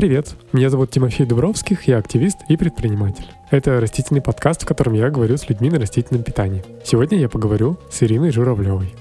Привет, меня зовут Тимофей Дубровских, я активист и предприниматель. Это растительный подкаст, в котором я говорю с людьми на растительном питании. Сегодня я поговорю с Ириной Журавлевой.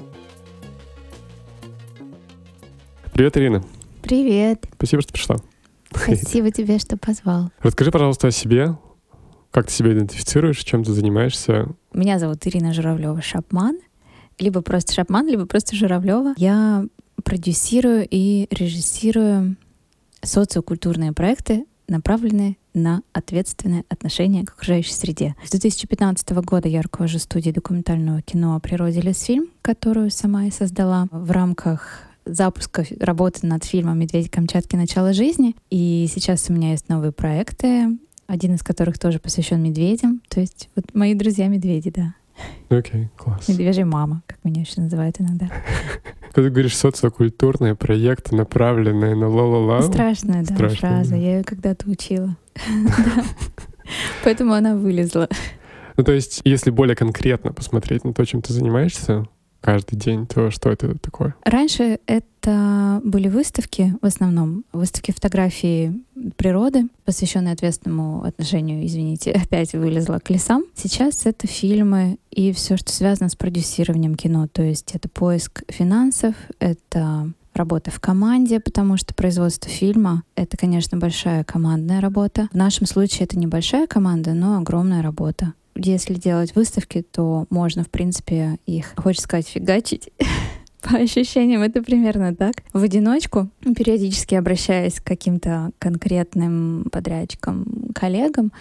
Привет, Ирина. Привет. Спасибо, что пришла. Спасибо тебе, что позвал. Расскажи, пожалуйста, о себе. Как ты себя идентифицируешь, чем ты занимаешься? Меня зовут Ирина Журавлева-Шапман. Либо просто Шапман, либо просто Журавлева. Я продюсирую и режиссирую социокультурные проекты, направленные на ответственное отношение к окружающей среде. С 2015 года я руковожу студией документального кино о природе «Лесфильм», которую сама и создала в рамках запуска работы над фильмом «Медведи Камчатки. Начало жизни». И сейчас у меня есть новые проекты, один из которых тоже посвящен медведям. То есть вот мои друзья-медведи, да. Окей, класс. Медвежья мама, как меня еще называют иногда. Когда ты говоришь социокультурные проекты, направленные на ла-ла-ла. Страшная, да, фраза. Я ее когда-то учила. Поэтому она вылезла. Ну, то есть, если более конкретно посмотреть на то, чем ты занимаешься каждый день, то что это такое? Раньше это были выставки, в основном выставки фотографий природы, посвященные ответственному отношению, извините, опять вылезла к лесам. Сейчас это фильмы и все, что связано с продюсированием кино. То есть это поиск финансов, это работа в команде, потому что производство фильма — это, конечно, большая командная работа. В нашем случае это небольшая команда, но огромная работа. Если делать выставки, то можно, в принципе, их, хочется сказать, фигачить. По ощущениям, это примерно так. В одиночку, периодически обращаясь к каким-то конкретным подрядчикам, коллегам,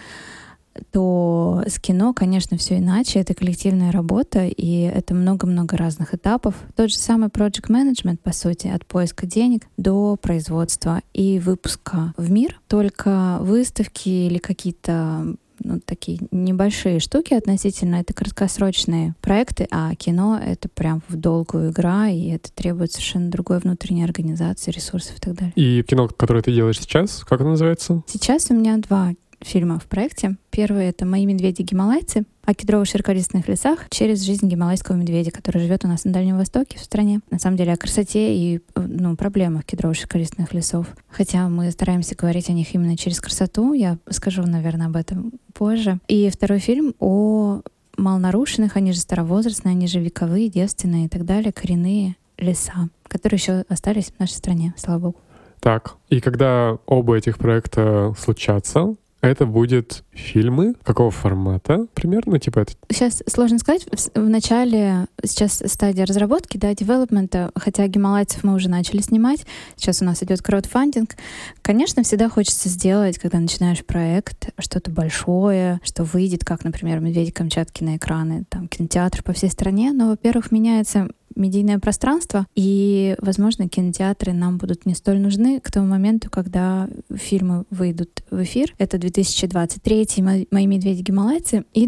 то с кино, конечно, все иначе. Это коллективная работа, и это много-много разных этапов. Тот же самый project management, по сути, от поиска денег до производства и выпуска в мир. Только выставки или какие-то такие небольшие штуки относительно, это краткосрочные проекты, а кино — это прям в долгую игра, и это требует совершенно другой внутренней организации, ресурсов и так далее. И кино, которое ты делаешь сейчас, как оно называется? Сейчас у меня 2 фильма в проекте. Первый — это «Мои медведи-гималайцы» о кедрово-широколистных лесах через жизнь гималайского медведя, который живет у нас на Дальнем Востоке, в стране. На самом деле о красоте и проблемах кедрово-широколистных лесов. Хотя мы стараемся говорить о них именно через красоту. Я скажу, наверное, об этом позже. И второй фильм о малонарушенных, они же старовозрастные, они же вековые, девственные и так далее, коренные леса, которые еще остались в нашей стране, слава богу. Так, и когда оба этих проекта случатся, это будут фильмы какого формата примерно? Типа это... Сейчас сложно сказать. В начале, сейчас стадия разработки, да, девелопмента, хотя «Гималайцев» мы уже начали снимать, сейчас у нас идет краудфандинг. Конечно, всегда хочется сделать, когда начинаешь проект, что-то большое, что выйдет, как, например, «Медведи Камчатки» на экраны, там, кинотеатр по всей стране. Но, во-первых, меняется медийное пространство, и, возможно, кинотеатры нам будут не столь нужны к тому моменту, когда фильмы выйдут в эфир. Это 2023 «Мои медведи-гималайцы» и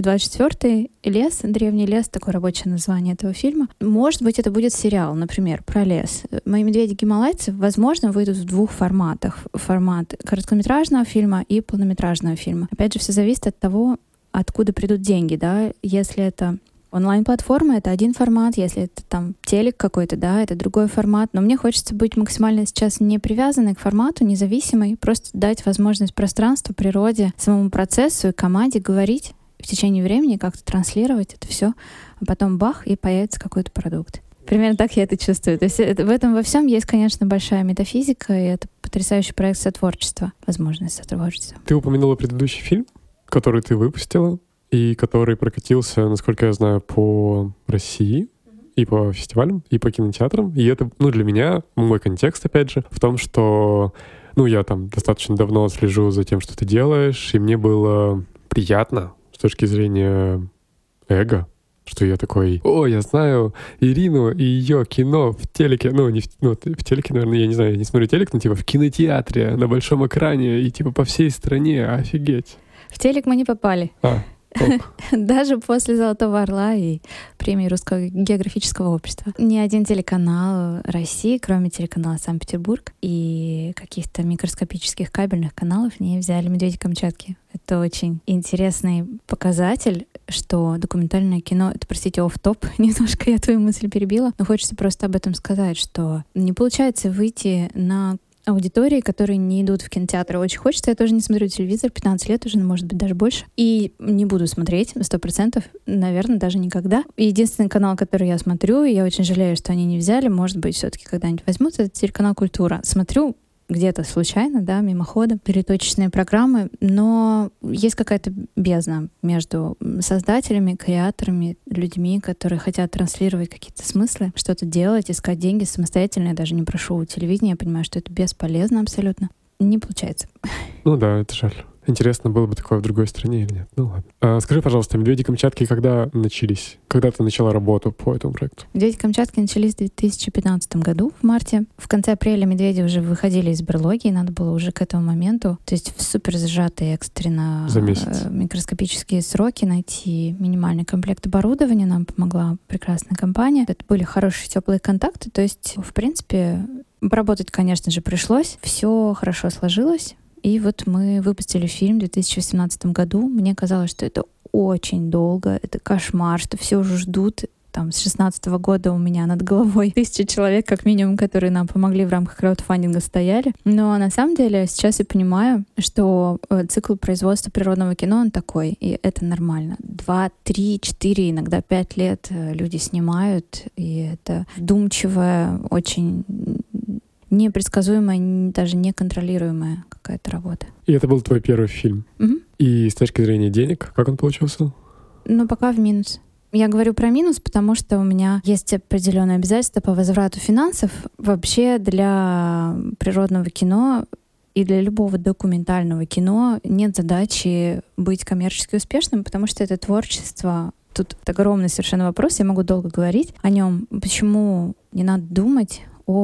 2024 «Лес», «Древний лес», такое рабочее название этого фильма. Может быть, это будет сериал, например, про лес. «Мои медведи-гималайцы», возможно, выйдут в 2 форматах. Формат короткометражного фильма и полнометражного фильма. Опять же, все зависит от того, откуда придут деньги, да. Если это онлайн-платформа — это один формат, если это там телек какой-то, да, это другой формат. Но мне хочется быть максимально сейчас не привязанной к формату, независимой, просто дать возможность пространству, природе, самому процессу и команде говорить в течение времени, как-то транслировать это все, а потом бах, и появится какой-то продукт. Примерно так я это чувствую. То есть в этом во всем есть, конечно, большая метафизика, и это потрясающий проект сотворчества, возможность сотворчества. Ты упомянула предыдущий фильм, который ты выпустила, и который прокатился, насколько я знаю, по России, и по фестивалям, и по кинотеатрам. И это, для меня, мой контекст, опять же, в том, что, я там достаточно давно слежу за тем, что ты делаешь, и мне было приятно с точки зрения эго, что я такой: я знаю Ирину и ее кино в телеке. В телеке, наверное, я не знаю, я не смотрю телек, но в кинотеатре, на большом экране, и по всей стране. Офигеть. В телек мы не попали. Даже после «Золотого орла» и премии Русского географического общества. Ни один телеканал России, кроме телеканала «Санкт-Петербург» и каких-то микроскопических кабельных каналов, не взяли «Медведи Камчатки». Это очень интересный показатель, что документальное кино — это, простите, офф-топ, немножко я твою мысль перебила, но хочется просто об этом сказать, что не получается выйти на аудитории, которые не идут в кинотеатры. Очень хочется, я тоже не смотрю телевизор, 15 лет уже, может быть, даже больше. И не буду смотреть 100%, наверное, даже никогда. Единственный канал, который я смотрю, и я очень жалею, что они не взяли, может быть, все-таки когда-нибудь возьмут, это телеканал «Культура». Смотрю где-то случайно, да, мимоходом, переточечные программы, но есть какая-то бездна между создателями, креаторами, людьми, которые хотят транслировать какие-то смыслы, что-то делать, искать деньги самостоятельно. Я даже не прошу у телевидения, я понимаю, что это бесполезно абсолютно. Не получается. Ну да, это жаль. Интересно, было бы такое в другой стране или нет. Ну ладно. Скажи, пожалуйста, «Медведи Камчатки» когда начались? Когда ты начала работу по этому проекту? «Медведи Камчатки» начались в 2015 году, в марте. В конце апреля медведи уже выходили из берлоги, и надо было уже к этому моменту, то есть в супер сжатые экстренно микроскопические сроки найти минимальный комплект оборудования. Нам помогла прекрасная компания. Это были хорошие, теплые контакты. То есть, в принципе, поработать, конечно же, пришлось. Все хорошо сложилось. И вот мы выпустили фильм в 2018 году. Мне казалось, что это очень долго, это кошмар, что все уже ждут. Там с 2016 года у меня над головой 1000 человек, как минимум, которые нам помогли в рамках краудфандинга, стояли. Но на самом деле сейчас я понимаю, что цикл производства природного кино, он такой, и это нормально. 2, 3, 4, иногда 5 лет люди снимают, и это вдумчивая, очень непредсказуемая, даже неконтролируемая какая-то работа. И это был твой первый фильм. Угу. И с точки зрения денег, как он получился? Ну, пока в минус. Я говорю про минус, потому что у меня есть определенные обязательства по возврату финансов. Вообще для природного кино и для любого документального кино нет задачи быть коммерчески успешным, потому что это творчество. Тут огромный совершенно вопрос, я могу долго говорить о нем. Почему не надо думать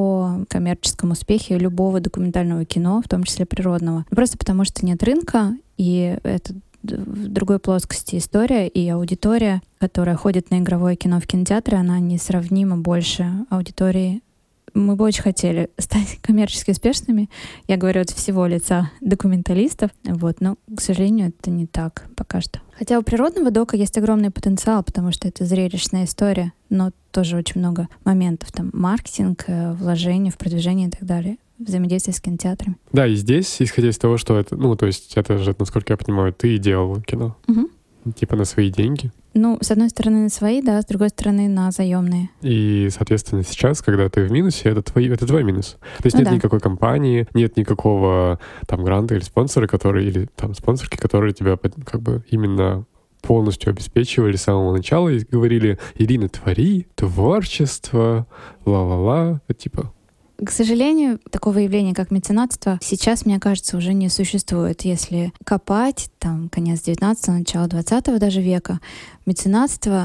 о коммерческом успехе любого документального кино, в том числе природного? Просто потому что нет рынка, и это в другой плоскости история, и аудитория, которая ходит на игровое кино в кинотеатре, она несравнимо больше аудитории. Мы бы очень хотели стать коммерчески успешными. Я говорю от всего лица документалистов, но, к сожалению, это не так пока что. Хотя у природного дока есть огромный потенциал, потому что это зрелищная история, но тоже очень много моментов, там, маркетинг, вложения в продвижение и так далее, взаимодействие с кинотеатрами. Да, и здесь, исходя из того, что это, то есть это же, насколько я понимаю, ты делал кино. Угу. Типа на свои деньги. С одной стороны на свои, да, с другой стороны на заемные. И, соответственно, сейчас, когда ты в минусе, это твой минус. То есть нет никакой компании, нет никакого там гранта или спонсора, или там спонсорки, которые тебя как бы именно полностью обеспечивали с самого начала и говорили: Ирина, твори, творчество, ла-ла-ла, типа... К сожалению, такого явления, как меценатство, сейчас, мне кажется, уже не существует. Если копать, там, конец 19-го, начало 20-го даже века, меценатство,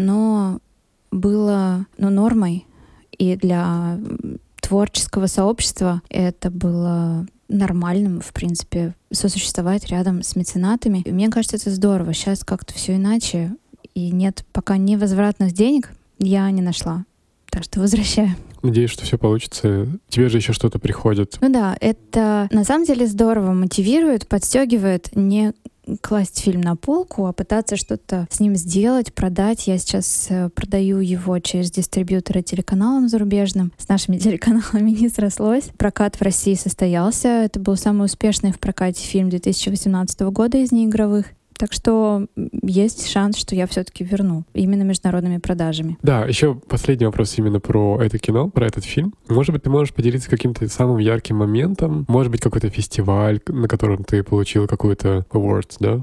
оно было, нормой, и для творческого сообщества это было нормальным, в принципе, сосуществовать рядом с меценатами. И мне кажется, это здорово. Сейчас как-то все иначе, и нет пока невозвратных денег я не нашла. Так что возвращаю. Надеюсь, что все получится. Тебе же еще что-то приходит. Да, это на самом деле здорово мотивирует, подстегивает не класть фильм на полку, а пытаться что-то с ним сделать, продать. Я сейчас продаю его через дистрибьютора телеканалам зарубежным. С нашими телеканалами не срослось. Прокат в России состоялся. Это был самый успешный в прокате фильм 2018 года из неигровых. Так что есть шанс, что я все-таки верну именно международными продажами. Да, еще последний вопрос именно про это кино, про этот фильм. Может быть, ты можешь поделиться каким-то самым ярким моментом? Может быть, какой-то фестиваль, на котором ты получил какой-то award, да?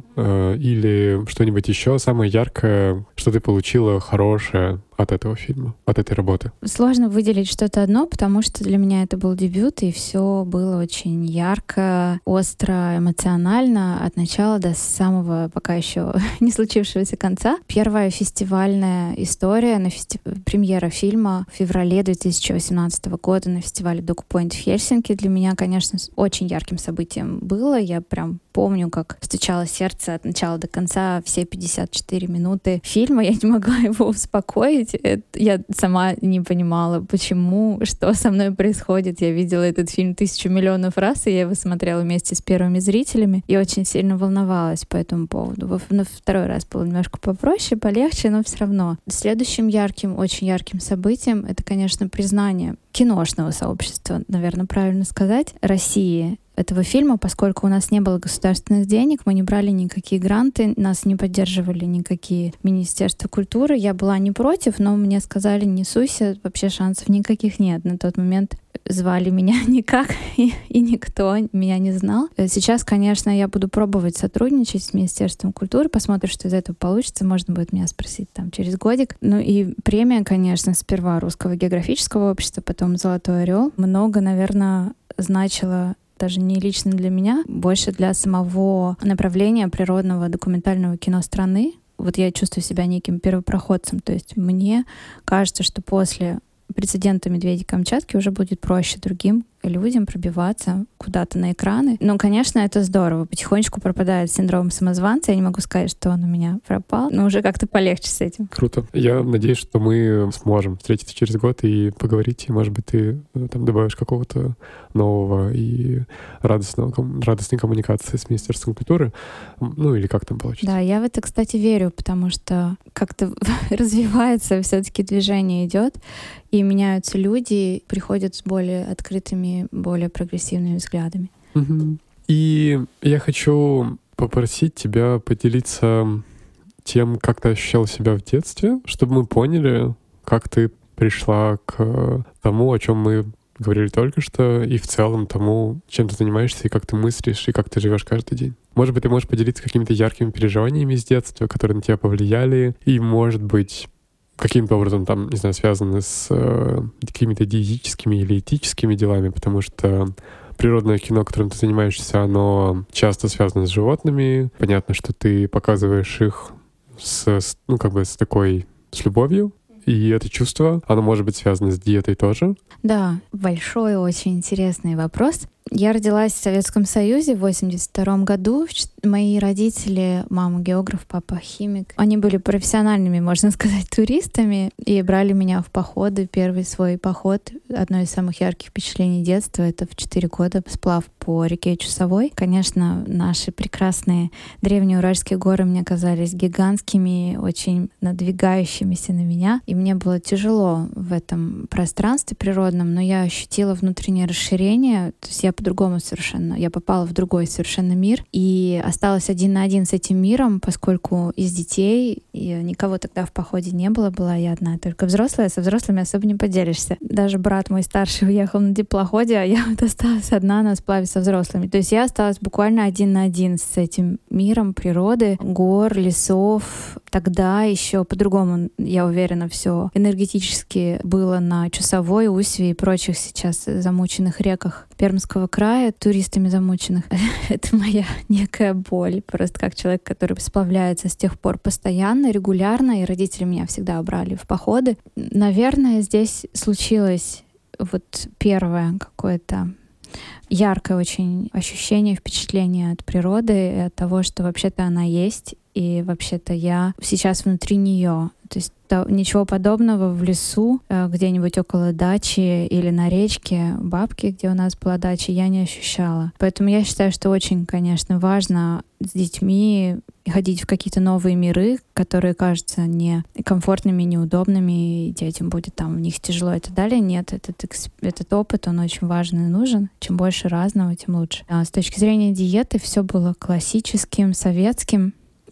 Или что-нибудь еще самое яркое, что ты получила хорошее от этого фильма, от этой работы? Сложно выделить что-то одно, потому что для меня это был дебют, и все было очень ярко, остро, эмоционально от начала до самого пока еще не случившегося конца. Первая фестивальная история, премьера фильма в феврале 2018 года на фестивале DocPoint в Хельсинки для меня, конечно, очень ярким событием было. Я прям помню, как стучало сердце от начала до конца все 54 минуты фильма. Я не могла его успокоить. Я сама не понимала, почему, что со мной происходит. Я видела этот фильм 1000 миллионов раз, и я его смотрела вместе с первыми зрителями, и очень сильно волновалась по этому поводу. На второй раз было немножко попроще, полегче, но все равно. Следующим очень ярким событием — это, конечно, признание киношного сообщества, наверное, правильно сказать, России, этого фильма, поскольку у нас не было государственных денег, мы не брали никакие гранты, нас не поддерживали никакие министерства культуры. Я была не против, но мне сказали, не суйся, вообще шансов никаких нет. На тот момент звали меня никак, и никто меня не знал. Сейчас, конечно, я буду пробовать сотрудничать с Министерством культуры, посмотрим, что из этого получится. Можно будет меня спросить там через годик. Ну и премия, конечно, сперва Русского географического общества, потом «Золотой орел». Много, наверное, значило даже не лично для меня, больше для самого направления природного документального кино страны. Вот я чувствую себя неким первопроходцем. То есть мне кажется, что после прецедента «Медведей-Камчатки» уже будет проще другим людям пробиваться куда-то на экраны. Но, конечно, это здорово. Потихонечку пропадает синдром самозванца. Я не могу сказать, что он у меня пропал, но уже как-то полегче с этим. Круто. Я надеюсь, что мы сможем встретиться через год и поговорить, и, может быть, ты там добавишь какого-то нового и радостной коммуникации с Министерством культуры. Ну, или как там получится. Да, я в это, кстати, верю, потому что как-то развивается, все-таки движение идет, и меняются люди, приходят с более открытыми, более прогрессивными взглядами. И я хочу попросить тебя поделиться тем, как ты ощущала себя в детстве, чтобы мы поняли, как ты пришла к тому, о чем мы говорили только что, и в целом тому, чем ты занимаешься, и как ты мыслишь, и как ты живешь каждый день. Может быть, ты можешь поделиться какими-то яркими переживаниями из детства, которые на тебя повлияли, и, может быть, каким-то образом там, не знаю, связаны с какими-то диетическими или этическими делами, потому что природное кино, которым ты занимаешься, оно часто связано с животными. Понятно, что ты показываешь их с любовью. И это чувство, оно может быть связано с диетой тоже. Да, большой, очень интересный вопрос. Я родилась в Советском Союзе в 1982 году. Мои родители, мама географ, папа химик, они были профессиональными, можно сказать, туристами и брали меня в походы. Первый свой поход, одно из самых ярких впечатлений детства, это в 4 года сплав по реке Чусовой. Конечно, наши прекрасные древние Уральские горы мне казались гигантскими, очень надвигающимися на меня. И мне было тяжело в этом пространстве природном, но я ощутила внутреннее расширение. То есть я по-другому совершенно. Я попала в другой совершенно мир и осталась один на один с этим миром, поскольку из детей никого тогда в походе не было, была я одна, только взрослая, со взрослыми особо не поделишься. Даже брат мой старший уехал на диплоходе, а я вот осталась одна на сплаве со взрослыми. То есть я осталась буквально один на один с этим миром природы, гор, лесов. Тогда еще по-другому, я уверена, все энергетически было на Чусовой, Усве и прочих сейчас замученных реках Пермского края, туристами замученных. Это моя некая боль. Просто как человек, который сплавляется с тех пор постоянно, регулярно, и родители меня всегда брали в походы. Наверное, здесь случилось вот первое какое-то яркое очень ощущение, впечатление от природы и от того, что вообще-то она есть, и вообще-то я сейчас внутри нее. То есть ничего подобного в лесу, где-нибудь около дачи или на речке Бабки, где у нас была дача, я не ощущала. Поэтому я считаю, что очень, конечно, важно с детьми ходить в какие-то новые миры, которые кажутся некомфортными, неудобными, и детям будет там в них тяжело и так далее. Нет, этот опыт, он очень важный и нужен. Чем больше разного, тем лучше. А с точки зрения диеты все было классическим, советским,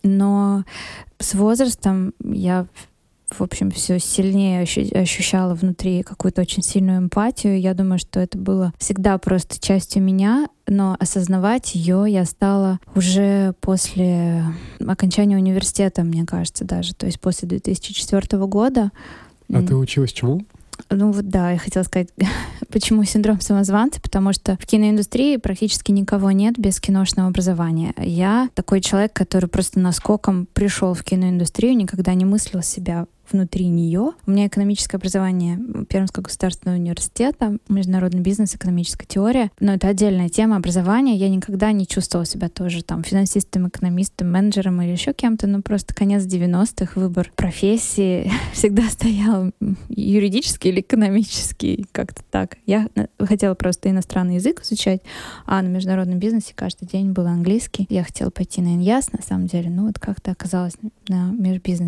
но с возрастом я, в общем, все сильнее ощущала внутри какую-то очень сильную эмпатию. Я думаю, что это было всегда просто частью меня, но осознавать ее я стала уже после окончания университета, мне кажется, даже. То есть после 2004 года. А ты училась чему? Ну вот да, я хотела сказать, почему синдром самозванца, потому что в киноиндустрии практически никого нет без киношного образования. Я такой человек, который просто наскоком пришел в киноиндустрию, никогда не мыслил себя внутри нее. У меня экономическое образование Пермского государственного университета, международный бизнес, экономическая теория. Но это отдельная тема образования. Я никогда не чувствовала себя тоже там финансистом, экономистом, менеджером или еще кем-то. Но просто конец 90-х, выбор профессии всегда стоял юридический или экономический, как-то так. Я хотела просто иностранный язык изучать, а на международном бизнесе каждый день был английский. Я хотела пойти на ИНЯС, на самом деле, но вот как-то оказалось на межбизнесе.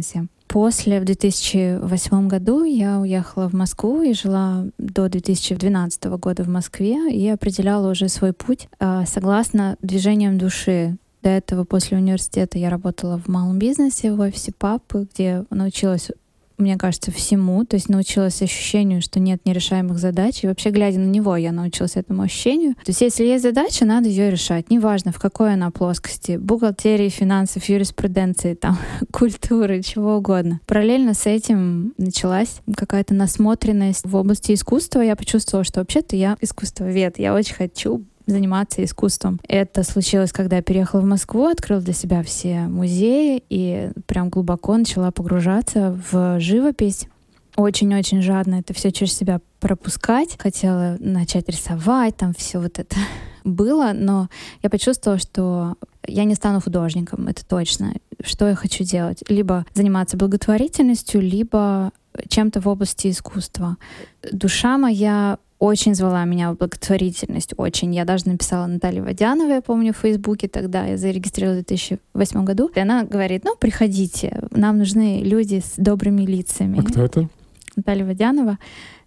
В 2008 году я уехала в Москву и жила до 2012 года в Москве и определяла уже свой путь согласно движениям души. До этого, после университета, я работала в малом бизнесе, в офисе папы, где научилась, мне кажется, всему. То есть научилась ощущению, что нет нерешаемых задач. И вообще, глядя на него, я научилась этому ощущению. То есть если есть задача, надо ее решать. Неважно, в какой она плоскости. Бухгалтерии, финансов, юриспруденции, там, культуры, чего угодно. Параллельно с этим началась какая-то насмотренность в области искусства. Я почувствовала, что вообще-то я искусствовед. Я очень хочу заниматься искусством. Это случилось, когда я переехала в Москву, открыла для себя все музеи и прям глубоко начала погружаться в живопись. Очень-очень жадно это все через себя пропускать. Хотела начать рисовать, там все вот это было, но я почувствовала, что я не стану художником, это точно. Что я хочу делать? Либо заниматься благотворительностью, либо чем-то в области искусства. Душа моя очень звала меня в благотворительность, очень. Я даже написала Наталье Водяновой, я помню, в Фейсбуке тогда, я зарегистрировалась в 2008 году. И она говорит, приходите, нам нужны люди с добрыми лицами. А кто это? Наталья Водянова.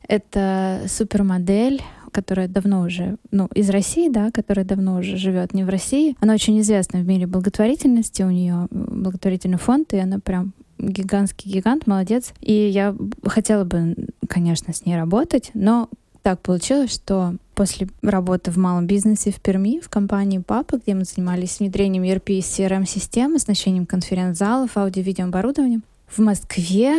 Это супермодель, которая давно уже, из России, да, которая давно уже живет не в России. Она очень известна в мире благотворительности, у нее благотворительный фонд, и она прям гигантский гигант, молодец. И я хотела бы, конечно, с ней работать, но так получилось, что после работы в малом бизнесе в Перми, в компании «Папа», где мы занимались внедрением ERP и CRM-системы, оснащением конференц-залов, аудио-видеомоборудованием, в Москве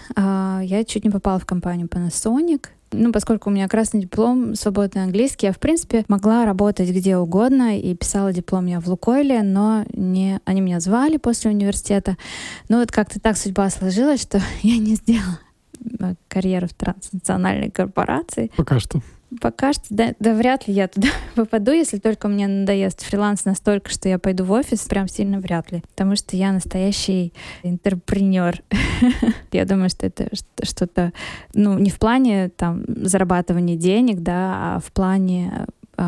я чуть не попала в компанию Panasonic. Поскольку у меня красный диплом, свободный английский, я, в принципе, могла работать где угодно, и писала диплом я в «Лукойле», но они меня звали после университета. Но вот как-то так судьба сложилась, что я не сделала карьеру в транснациональной корпорации. Пока что. Пока что, да, вряд ли я туда попаду, если только мне надоест фриланс настолько, что я пойду в офис, прям сильно вряд ли. Потому что я настоящий интерпренер. Я думаю, что это что-то, не в плане там зарабатывания денег, да, а в плане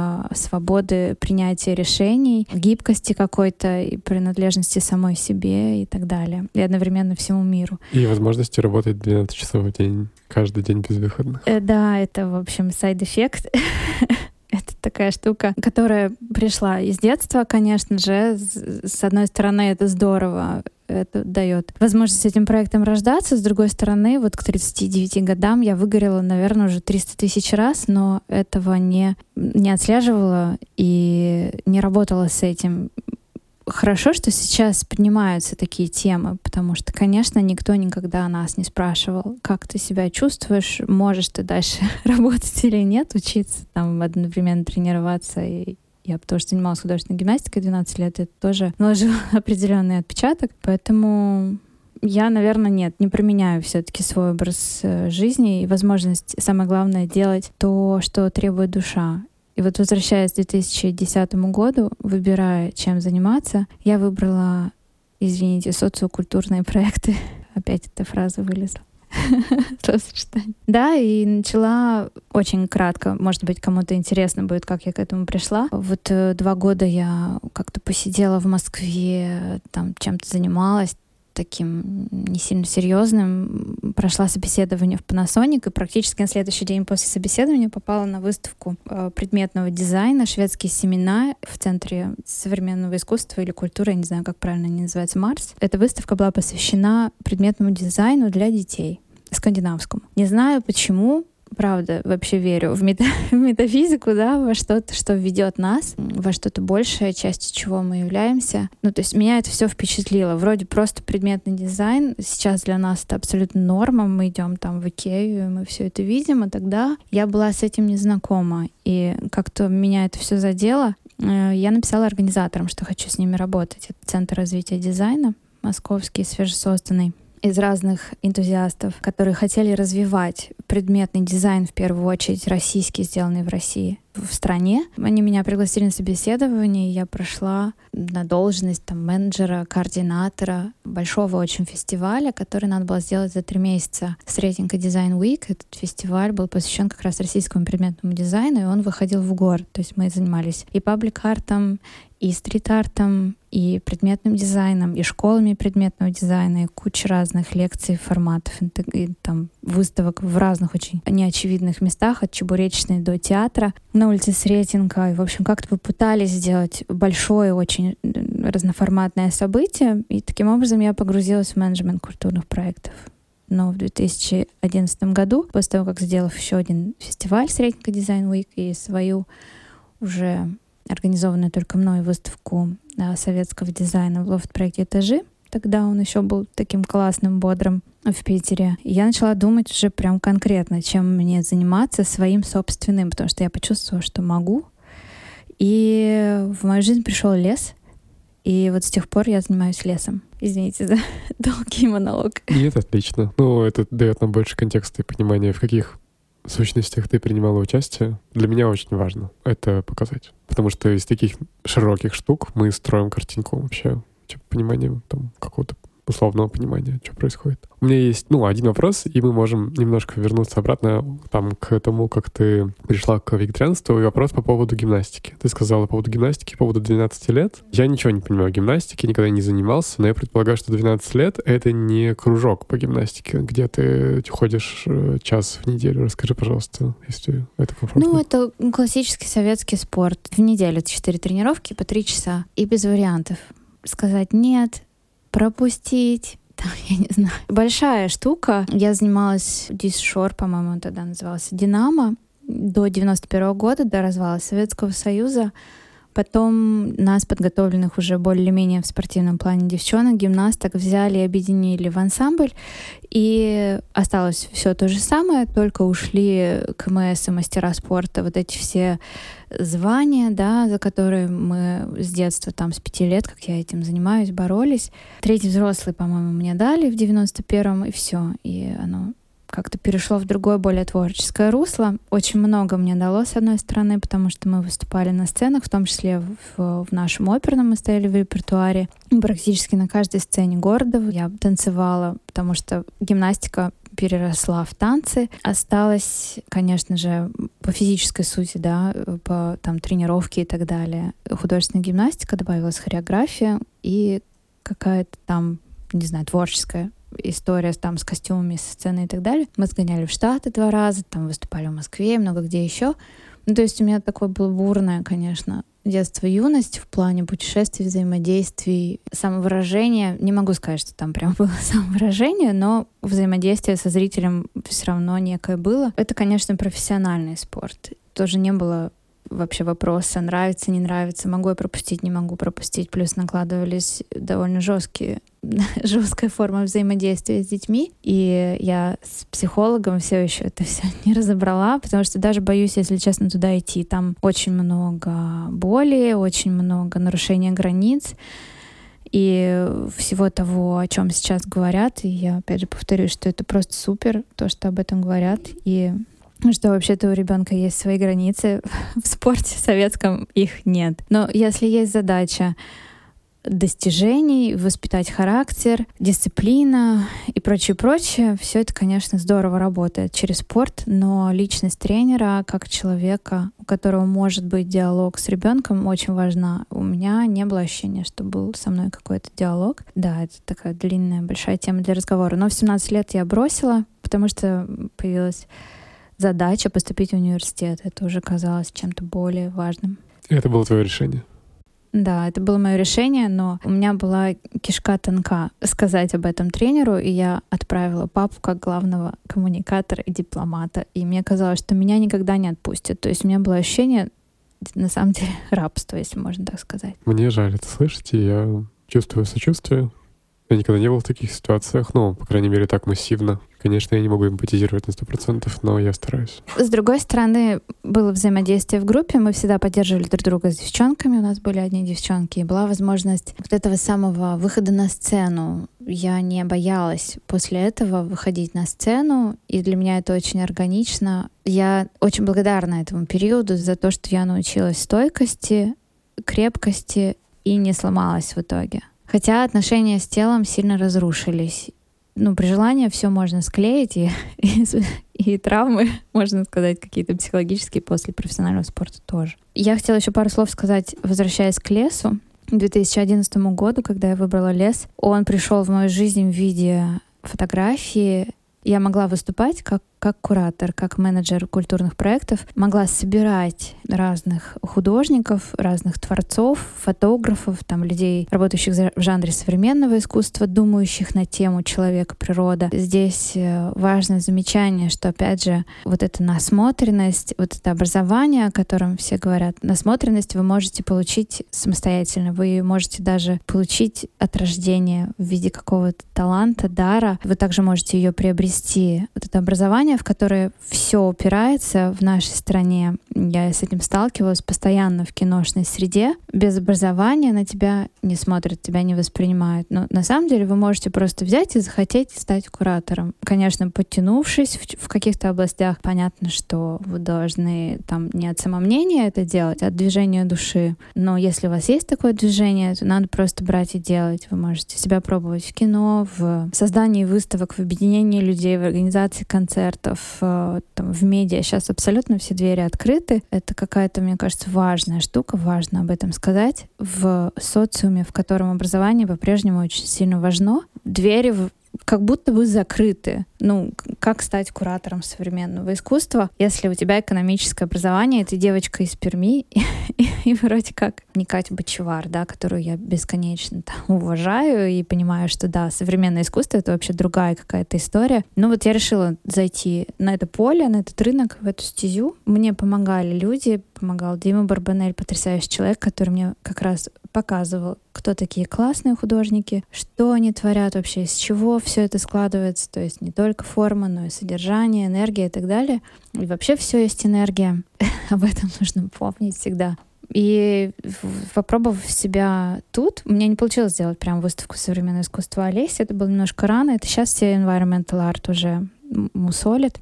свободы принятия решений, гибкости какой-то и принадлежности самой себе и так далее. И одновременно всему миру. И возможности работать 12 часов в день, каждый день без выходных. Да, это, в общем, сайд-эффект. Это такая штука, которая пришла из детства, конечно же. С одной стороны, это здорово. Это дает возможность с этим проектом рождаться. С другой стороны, вот к 39 годам я выгорела, наверное, уже 300 тысяч раз, но этого не отслеживала и не работала с этим. Хорошо, что сейчас поднимаются такие темы, потому что, конечно, никто никогда нас не спрашивал, как ты себя чувствуешь, можешь ты дальше работать или нет, учиться, там, одновременно тренироваться. И я тоже занималась художественной гимнастикой 12 лет, это тоже наложило определенный отпечаток. Поэтому я, наверное, не применяю все-таки свой образ жизни и возможность, самое главное, делать то, что требует душа. И вот, возвращаясь к 2010 году, выбирая, чем заниматься, я выбрала, извините, социокультурные проекты. Опять эта фраза вылезла. Словосочетание. Да, и начала очень кратко. Может быть, кому-то интересно будет, как я к этому пришла. Вот 2 года я как-то посидела в Москве, там чем-то занималась, таким не сильно серьезным. Прошла собеседование в Panasonic, и практически на следующий день после собеседования попала на выставку предметного дизайна «Шведские семена» в Центре современного искусства или культуры, я не знаю, как правильно они называются, Марс. Эта выставка была посвящена предметному дизайну для детей, скандинавскому. Не знаю почему, правда, вообще верю в метафизику, да, во что-то, что ведет нас, во что-то большее, частью чего мы являемся. То есть меня это все впечатлило. Вроде просто предметный дизайн. Сейчас для нас это абсолютно норма. Мы идем там в Икею, и мы все это видим, а тогда я была с этим незнакома. И как-то меня это все задело. Я написала организаторам, что хочу с ними работать. Это Центр развития дизайна, московский, свежесозданный, из разных энтузиастов, которые хотели развивать предметный дизайн, в первую очередь российский, сделанный в России, в стране. Они меня пригласили на собеседование, и я прошла на должность менеджера, координатора большого очень фестиваля, который надо было сделать за 3 месяца с рейтинга Design Week. Этот фестиваль был посвящен как раз российскому предметному дизайну, и он выходил в город. То есть мы занимались и паблик-артом, и стрит-артом, и предметным дизайном, и школами предметного дизайна, и куча разных лекций, форматов, и там выставок в разных очень неочевидных местах, от Чебуречной до театра на улице Сретенка. И, в общем, как-то попытались сделать большое, очень разноформатное событие, и таким образом я погрузилась в менеджмент культурных проектов. Но в 2011 году, после того, как сделав еще один фестиваль Сретенка Design Week и свою уже организованную только мной выставку советского дизайна в лофт-проекте «Этажи», тогда он еще был таким классным, бодрым в Питере, я начала думать уже прям конкретно, чем мне заниматься своим собственным, потому что я почувствовала, что могу. И в мою жизнь пришел лес, и вот с тех пор я занимаюсь лесом. Извините за долгий монолог. И это отлично. Ну, это дает нам больше контекста и понимания, в каких сущностях ты принимала участие. Для меня очень важно это показать. Потому что из таких широких штук мы строим картинку вообще, понимание там какого-то условного понимания, что происходит. У меня есть, один вопрос, и мы можем немножко вернуться обратно там к тому, как ты пришла к вегетарианству, и вопрос по поводу гимнастики. Ты сказала по поводу гимнастики, по поводу 12 лет. Я ничего не понимаю о гимнастике, никогда не занимался, но я предполагаю, что 12 лет — это не кружок по гимнастике, где ты ходишь час в неделю. Расскажи, пожалуйста, если это комфортно. Это классический советский спорт. В неделю 4 тренировки по 3 часа. И без вариантов. Сказать «нет», пропустить, я не знаю. Большая штука. Я занималась Дисшор, по-моему, он тогда назывался, Динамо, до 91 года, до развала Советского Союза. Потом нас, подготовленных уже более-менее в спортивном плане девчонок, гимнасток, взяли и объединили в ансамбль. И осталось все то же самое, только ушли КМС и мастера спорта, вот эти все звания, да, за которые мы с детства, там, с 5 лет, как я этим занимаюсь, боролись. Третий взрослый, по-моему, мне дали в 91-м, и все. И оно как-то перешло в другое, более творческое русло. Очень много мне дало, с одной стороны, потому что мы выступали на сценах, в том числе в нашем оперном, мы стояли в репертуаре. Практически на каждой сцене города я танцевала, потому что гимнастика переросла в танцы. Осталось, конечно же, по физической сути, да, по там тренировке и так далее. Художественная гимнастика, добавилась хореография и какая-то там, не знаю, творческая история там с костюмами, со сценой и так далее. Мы сгоняли в Штаты 2 раза, там выступали в Москве и много где еще. То есть у меня такое было бурное, конечно, детство, юность в плане путешествий, взаимодействий, самовыражения. Не могу сказать, что там прям было самовыражение, но взаимодействие со зрителем все равно некое было. Это, конечно, профессиональный спорт. Тоже не было вообще вопроса, нравится, не нравится, могу я пропустить, не могу пропустить. Плюс накладывались довольно жесткая форма взаимодействия с детьми. И я с психологом все еще это все не разобрала, потому что даже боюсь, если честно, туда идти. Там очень много боли, очень много нарушения границ и всего того, о чем сейчас говорят. И я, опять же, повторюсь, что это просто супер, то, что об этом говорят. И что вообще-то у ребенка есть свои границы. В спорте советском их нет. Но если есть задача достижений, воспитать характер, дисциплина и прочее, все это, конечно, здорово работает через спорт, но личность тренера, как человека, у которого может быть диалог с ребенком, очень важна. У меня не было ощущения, что был со мной какой-то диалог. Да, это такая длинная, большая тема для разговора. Но в 17 лет я бросила, потому что появилась задача поступить в университет. Это уже казалось чем-то более важным. Это было твое решение? Да, это было мое решение, но у меня была кишка тонка сказать об этом тренеру, и я отправила папу как главного коммуникатора и дипломата. И мне казалось, что меня никогда не отпустят. То есть у меня было ощущение, на самом деле, рабства, если можно так сказать. Мне жаль это слышать, и я чувствую сочувствие. Я никогда не был в таких ситуациях, по крайней мере, так массивно. Конечно, я не могу эмпатизировать на 100%, но я стараюсь. С другой стороны, было взаимодействие в группе, мы всегда поддерживали друг друга с девчонками, у нас были одни девчонки, и была возможность вот этого самого выхода на сцену. Я не боялась после этого выходить на сцену, и для меня это очень органично. Я очень благодарна этому периоду за то, что я научилась стойкости, крепкости и не сломалась в итоге. Хотя отношения с телом сильно разрушились. При желании все можно склеить, и травмы, можно сказать, какие-то психологические после профессионального спорта тоже. Я хотела еще пару слов сказать, возвращаясь к лесу. к 2011 году, когда я выбрала лес, он пришел в мою жизнь в виде фотографии. Я могла выступать как куратор, как менеджер культурных проектов, могла собирать разных художников, разных творцов, фотографов, там, людей, работающих в жанре современного искусства, думающих на тему человека-природа. Здесь важное замечание, что, опять же, вот эта насмотренность, вот это образование, о котором все говорят, насмотренность вы можете получить самостоятельно, вы можете даже получить от рождения в виде какого-то таланта, дара. Вы также можете ее приобрести. Вот это образование, в которое все упирается в нашей стране. Я с этим сталкивалась постоянно в киношной среде. Без образования на тебя не смотрят, тебя не воспринимают. Но на самом деле вы можете просто взять и захотеть стать куратором. Конечно, подтянувшись в каких-то областях, понятно, что вы должны там не от самомнения это делать, а от движения души. Но если у вас есть такое движение, то надо просто брать и делать. Вы можете себя пробовать в кино, в создании выставок, в объединении людей, в организации концертов, там, в медиа. Сейчас абсолютно все двери открыты. Это какая-то, мне кажется, важная штука, важно об этом сказать. В социуме, в котором образование по-прежнему очень сильно важно, двери как будто бы закрыты. Ну, как стать куратором современного искусства, если у тебя экономическое образование, и ты девочка из Перми, и вроде как не Катя Бочевар, да, которую я бесконечно там уважаю и понимаю, что да, современное искусство — это вообще другая какая-то история. Но вот я решила зайти на это поле, на этот рынок, в эту стезю. Мне помогали люди, помогал Дима Барбанель, потрясающий человек, который мне как раз показывал, кто такие классные художники, что они творят вообще, из чего все это складывается, то есть не только форма, но и содержание, энергия и так далее. И вообще все есть энергия. Об этом нужно помнить всегда. И попробовав себя тут, у меня не получилось сделать прям выставку современного искусства Олеси, это было немножко рано, это сейчас все environmental art уже мусолят.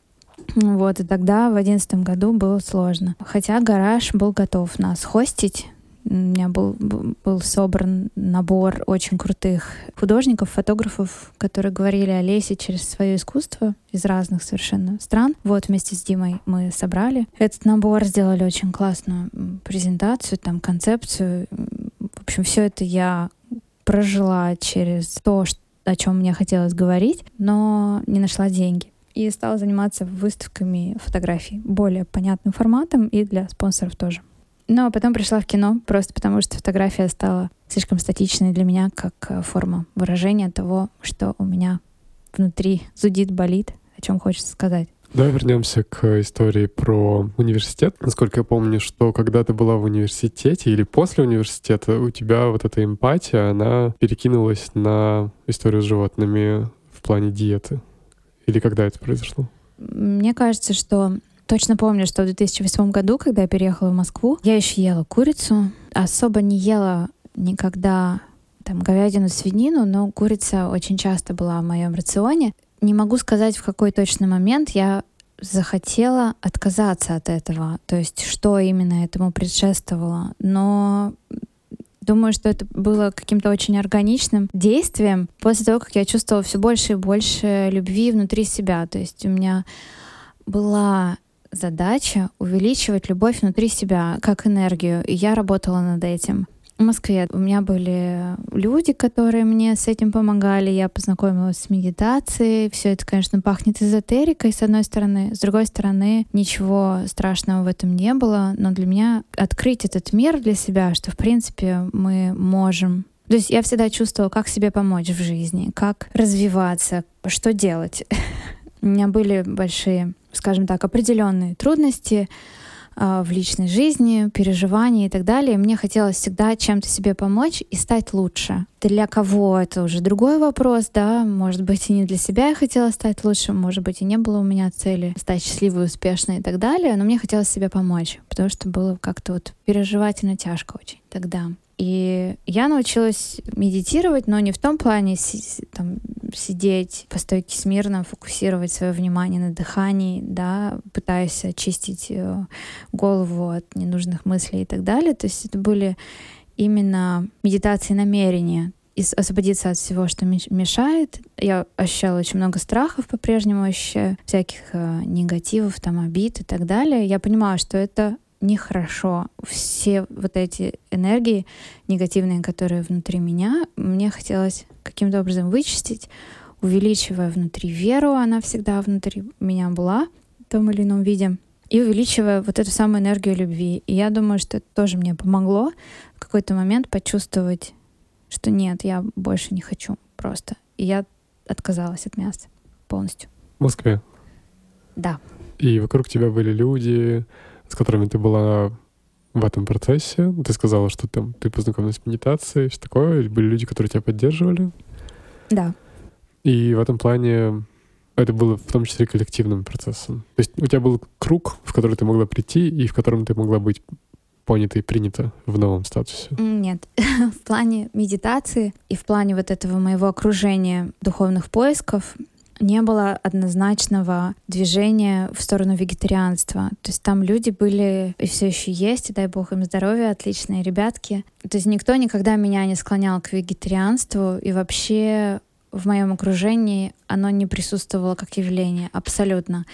Вот, и тогда в 2011 году было сложно. Хотя гараж был готов нас хостить. У меня был собран набор очень крутых художников, фотографов, которые говорили о лесе через свое искусство из разных совершенно стран. Вот вместе с Димой мы собрали этот набор, сделали очень классную презентацию, там концепцию. В общем, все это я прожила через то, о чем мне хотелось говорить, но не нашла деньги. И стала заниматься выставками фотографий более понятным форматом и для спонсоров тоже. Но потом пришла в кино, просто потому что фотография стала слишком статичной для меня, как форма выражения того, что у меня внутри зудит, болит, о чем хочется сказать. Давай вернемся к истории про университет. Насколько я помню, что когда ты была в университете или после университета, у тебя вот эта эмпатия, она перекинулась на историю с животными в плане диеты. Или когда это произошло? Мне кажется, что... Точно помню, что в 2008 году, когда я переехала в Москву, я еще ела курицу. Особо не ела никогда там говядину, свинину, но курица очень часто была в моем рационе. Не могу сказать, в какой точный момент я захотела отказаться от этого. То есть, что именно этому предшествовало. Но думаю, что это было каким-то очень органичным действием после того, как я чувствовала все больше и больше любви внутри себя. То есть у меня была задача увеличивать любовь внутри себя как энергию, и я работала над этим. В Москве у меня были люди, которые мне с этим помогали, я познакомилась с медитацией. Все это, конечно, пахнет эзотерикой, с одной стороны. С другой стороны, ничего страшного в этом не было, но для меня открыть этот мир для себя, что, в принципе, мы можем. То есть я всегда чувствовала, как себе помочь в жизни, как развиваться, что делать. У меня были большие, скажем так, определенные трудности в личной жизни, переживания и так далее. Мне хотелось всегда чем-то себе помочь и стать лучше. Для кого — это уже другой вопрос, да. Может быть, и не для себя я хотела стать лучше, может быть, и не было у меня цели стать счастливой, успешной и так далее, но мне хотелось себе помочь, потому что было как-то вот переживательно тяжко очень тогда. И я научилась медитировать, но не в том плане там, сидеть по стойке смирно, фокусировать свое внимание на дыхании, да, пытаясь очистить голову от ненужных мыслей и так далее. То есть это были именно медитации намерения, освободиться от всего, что мешает. Я ощущала очень много страхов по-прежнему, ощущаю всяких негативов, там, обид и так далее. Я понимала, что это нехорошо. Все вот эти энергии негативные, которые внутри меня, мне хотелось каким-то образом вычистить, увеличивая внутри веру, она всегда внутри меня была в том или ином виде, и увеличивая вот эту самую энергию любви. И я думаю, что это тоже мне помогло в какой-то момент почувствовать, что нет, я больше не хочу просто. И я отказалась от мяса полностью. В Москве? Да. И вокруг тебя были люди, с которыми ты была в этом процессе? Ты сказала, что там ты познакомилась с медитацией, все такое. Были люди, которые тебя поддерживали? Да. И в этом плане это было в том числе коллективным процессом. То есть у тебя был круг, в который ты могла прийти и в котором ты могла быть понята и принята в новом статусе? Нет. В плане медитации и в плане вот этого моего окружения духовных поисков не было однозначного движения в сторону вегетарианства. То есть там люди были и все еще есть, и дай бог им здоровья, отличные ребятки. То есть никто никогда меня не склонял к вегетарианству, и вообще в моем окружении оно не присутствовало как явление абсолютно.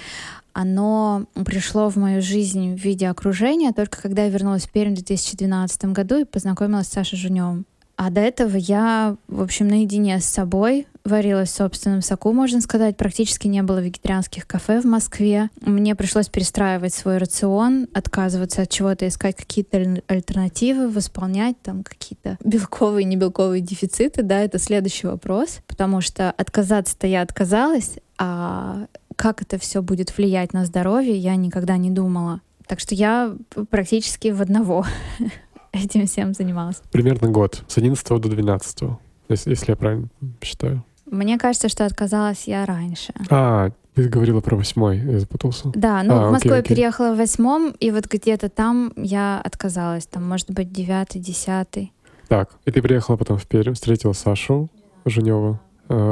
Оно пришло в мою жизнь в виде окружения только когда я вернулась в Пермь в 2012 году и познакомилась с Сашей Жунёвым. А до этого я, в общем, наедине с собой варилась в собственном соку, можно сказать. Практически не было вегетарианских кафе в Москве. Мне пришлось перестраивать свой рацион, отказываться от чего-то, искать какие-то альтернативы, восполнять там какие-то белковые и небелковые дефициты. Да, это следующий вопрос. Потому что отказаться-то я отказалась, а как это все будет влиять на здоровье, я никогда не думала. Так что я практически в одного этим всем занималась. Примерно год. С 11 до 12, если я правильно считаю. Мне кажется, что отказалась я раньше. Ты говорила про 8, я запутался. Да, в Москву я переехала в 8, и вот где-то там я отказалась. Там, может быть, 9, 10. Так, и ты приехала потом в Пермь, встретила Сашу Жунёва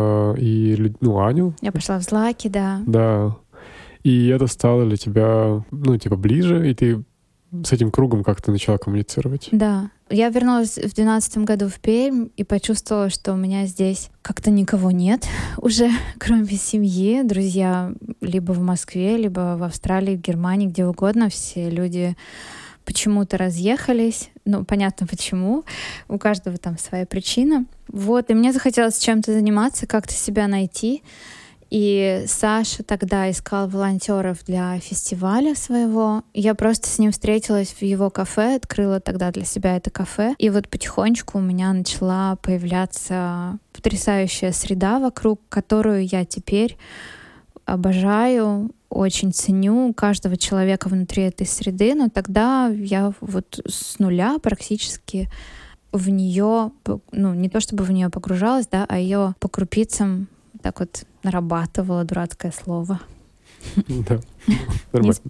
и Аню. Я пошла в Злаки, да. Да. И это стало для тебя, ближе, и ты с этим кругом как-то начала коммуницировать? Да. Я вернулась в 2012 году в Пермь и почувствовала, что у меня здесь как-то никого нет уже, кроме семьи. Друзья либо в Москве, либо в Австралии, в Германии, где угодно. Все люди почему-то разъехались. Понятно почему. У каждого там своя причина. И мне захотелось чем-то заниматься, как-то себя найти. И Саша тогда искал волонтеров для фестиваля своего. Я просто с ним встретилась в его кафе, открыла тогда для себя это кафе. И потихонечку у меня начала появляться потрясающая среда вокруг, которую я теперь обожаю, очень ценю каждого человека внутри этой среды. Но тогда я с нуля практически в нее, не то чтобы в нее погружалась, да, а ее по крупицам так нарабатывала, дурацкое слово. Да, нормально.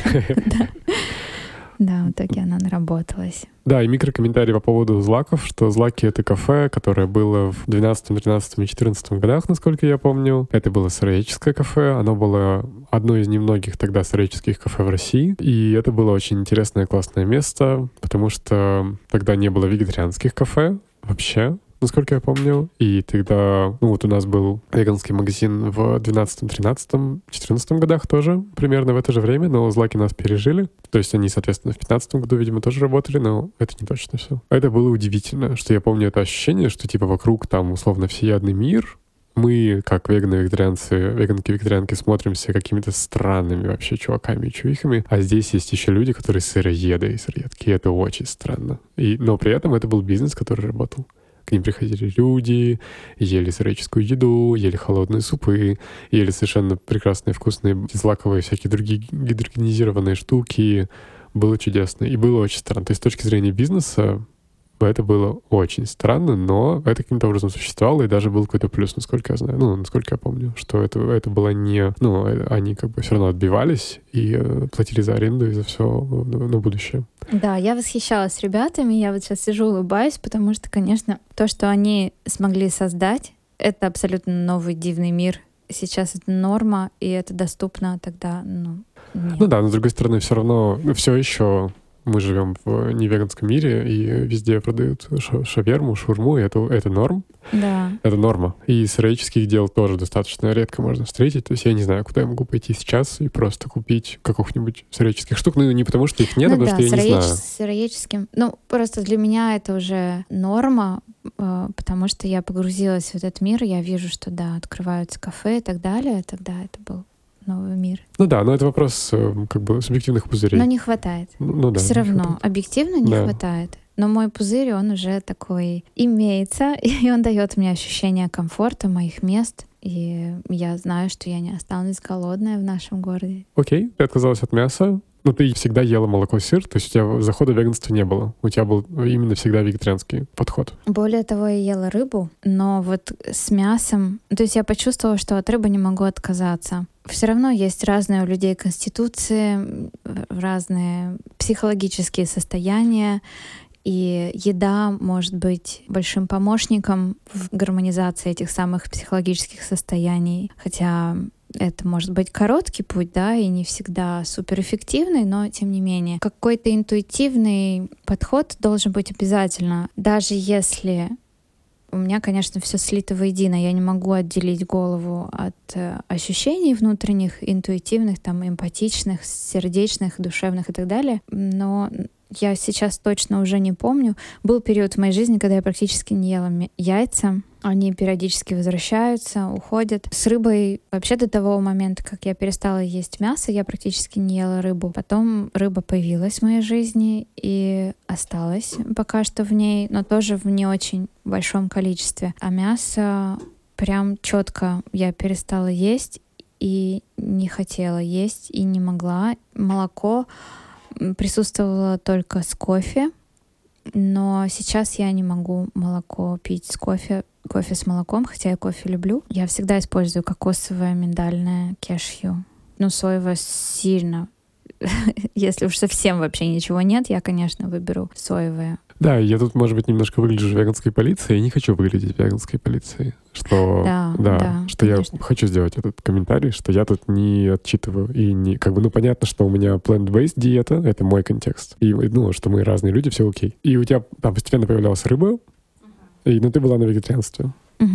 Да, в итоге она наработалась. Да, и микрокомментарий по поводу злаков, что злаки — это кафе, которое было в 12, 13 и 14 годах, насколько я помню. Это было сыроедческое кафе, оно было одно из немногих тогда сыроедческих кафе в России, и это было очень интересное, классное место, потому что тогда не было вегетарианских кафе вообще, насколько я помню. И тогда, у нас был веганский магазин в 12, 13, 14 годах тоже, примерно в это же время, но злаки нас пережили. То есть они, соответственно, в 15 году, видимо, тоже работали, но это не точно все. Это было удивительно, что я помню это ощущение, что вокруг там условно всеядный мир. Мы, как веганы-вегетарианцы, веганки-вегетарианки, смотримся какими-то странными вообще чуваками и чувихами, а здесь есть еще люди, которые сыроеды и сыроедки, и это очень странно. Но при этом это был бизнес, который работал. К ним приходили люди, ели сыроедческую еду, ели холодные супы, ели совершенно прекрасные, вкусные, злаковые, всякие другие гидрогенизированные штуки. Было чудесно и было очень странно. То есть с точки зрения бизнеса это было очень странно, но это каким-то образом существовало, и даже был какой-то плюс, насколько я знаю, насколько я помню, что это было не... они все равно отбивались и платили за аренду и за все на будущее. Да, я восхищалась ребятами, я сейчас сижу, улыбаюсь, потому что, конечно, то, что они смогли создать, это абсолютно новый дивный мир. Сейчас это норма, и это доступно, а тогда, нет. Да, но с другой стороны, все равно все еще мы живем в невеганском мире, и везде продают шаверму, шаурму, и это норм. Да. Это норма. И сыроедческих дел тоже достаточно редко можно встретить. То есть я не знаю, куда я могу пойти сейчас и просто купить каких-нибудь сыроедческих штук. Ну, не потому что их нет, а потому что я не знаю. Сыроедческим. Ну, просто для меня это уже норма, потому что я погрузилась в этот мир, и я вижу, что, да, открываются кафе и так далее. Тогда это был новый мир. Ну да, но это вопрос как бы субъективных пузырей. Но не хватает. Ну да. Все равно объективно не хватает. Но мой пузырь, он уже такой имеется, и он дает мне ощущение комфорта, моих мест. И я знаю, что я не останусь голодная в нашем городе. Окей, ты отказалась от мяса, но ты всегда ела молоко, сыр, то есть у тебя захода в веганство не было. У тебя был именно всегда вегетарианский подход. Более того, я ела рыбу, но вот с мясом... То есть я почувствовала, что от рыбы не могу отказаться. Все равно есть разные у людей конституции, разные психологические состояния, и еда может быть большим помощником в гармонизации этих самых психологических состояний. Хотя это может быть короткий путь, да, и не всегда суперэффективный, но тем не менее. Какой-то интуитивный подход должен быть обязательно. Даже если у меня, конечно, все слито воедино, я не могу отделить голову от ощущений внутренних, интуитивных, там, эмпатичных, сердечных, душевных и так далее. Но я сейчас точно уже не помню. Был период в моей жизни, когда я практически не ела яйца. Они периодически возвращаются, уходят. С рыбой вообще до того момента, как я перестала есть мясо, я практически не ела рыбу. Потом рыба появилась в моей жизни и осталась пока что в ней, но тоже в не очень большом количестве. А мясо прям четко я перестала есть и не хотела есть, и не могла. Молоко присутствовала только с кофе, но сейчас я не могу молоко пить с кофе с молоком, хотя я кофе люблю. Я всегда использую кокосовое, миндальное, кешью. Ну, соевое сильно. Если уж совсем вообще ничего нет, я, конечно, выберу соевое. Да, я тут, может быть, немножко выгляжу веганской полицией. Я не хочу выглядеть веганской полицией. Что, что я хочу сделать этот комментарий, что я тут не отчитываю и не... Как бы, ну, понятно, что у меня plant-based диета, это мой контекст. И, ну, что мы разные люди, все окей. И у тебя там постепенно появлялась рыба, и, ну, ты была на вегетарианстве.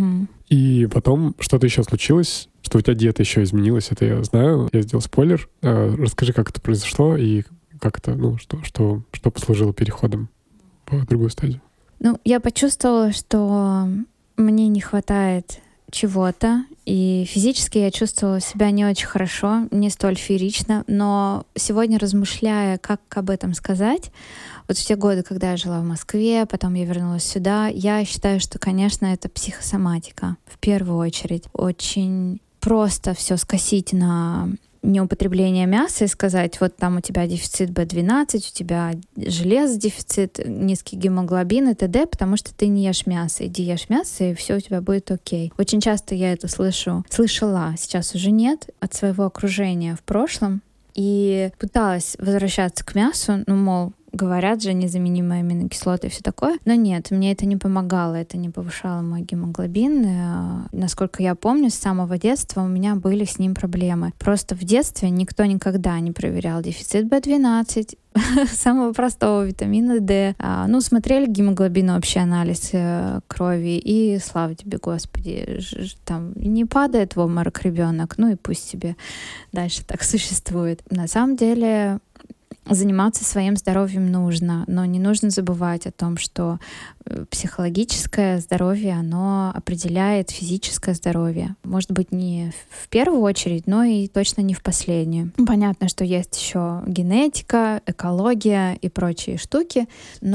И потом что-то еще случилось, что у тебя диета еще изменилась, это я знаю. Я сделал спойлер. Расскажи, как это произошло и как это, ну, что послужило переходом в другую стадию. Ну, я почувствовала, что мне не хватает чего-то, и физически я чувствовала себя не очень хорошо, не столь феерично, но сегодня, размышляя, как об этом сказать, вот в те годы, когда я жила в Москве, потом я вернулась сюда, я считаю, что, конечно, это психосоматика в первую очередь. Очень просто все скосить на неупотребление мяса и сказать, вот там у тебя дефицит B12, у тебя железодефицит, низкий гемоглобин и т.д., потому что ты не ешь мясо. Иди ешь мясо, и все у тебя будет окей. Очень часто я это слышала, сейчас уже нет, от своего окружения в прошлом. И пыталась возвращаться к мясу, ну, мол, говорят же, незаменимые аминокислоты и все такое. Но нет, мне это не помогало, это не повышало мой гемоглобин. Насколько я помню, с самого детства у меня были с ним проблемы. Просто в детстве никто никогда не проверял дефицит B12, самого простого витамина D. Ну, смотрели гемоглобин, общий анализ крови, и слава тебе, Господи, там не падает в обморок ребенок, ну и пусть себе дальше так существует. На самом деле заниматься своим здоровьем нужно, но не нужно забывать о том, что психологическое здоровье, оно определяет физическое здоровье. Может быть, не в первую очередь, но и точно не в последнюю. Понятно, что есть еще генетика, экология и прочие штуки,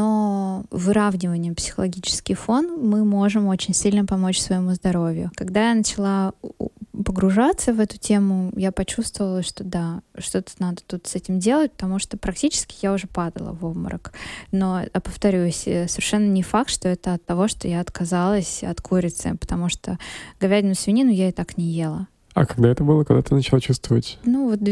но выравниванием психологический фон мы можем очень сильно помочь своему здоровью. Когда я начала погружаться в эту тему, я почувствовала, что да, что-то надо тут с этим делать, потому что практически я уже падала в обморок. Но, повторюсь, совершенно не факт, что это от того, что я отказалась от курицы, потому что говядину, свинину я и так не ела. А когда это было, когда ты начала чувствовать? Ну, вот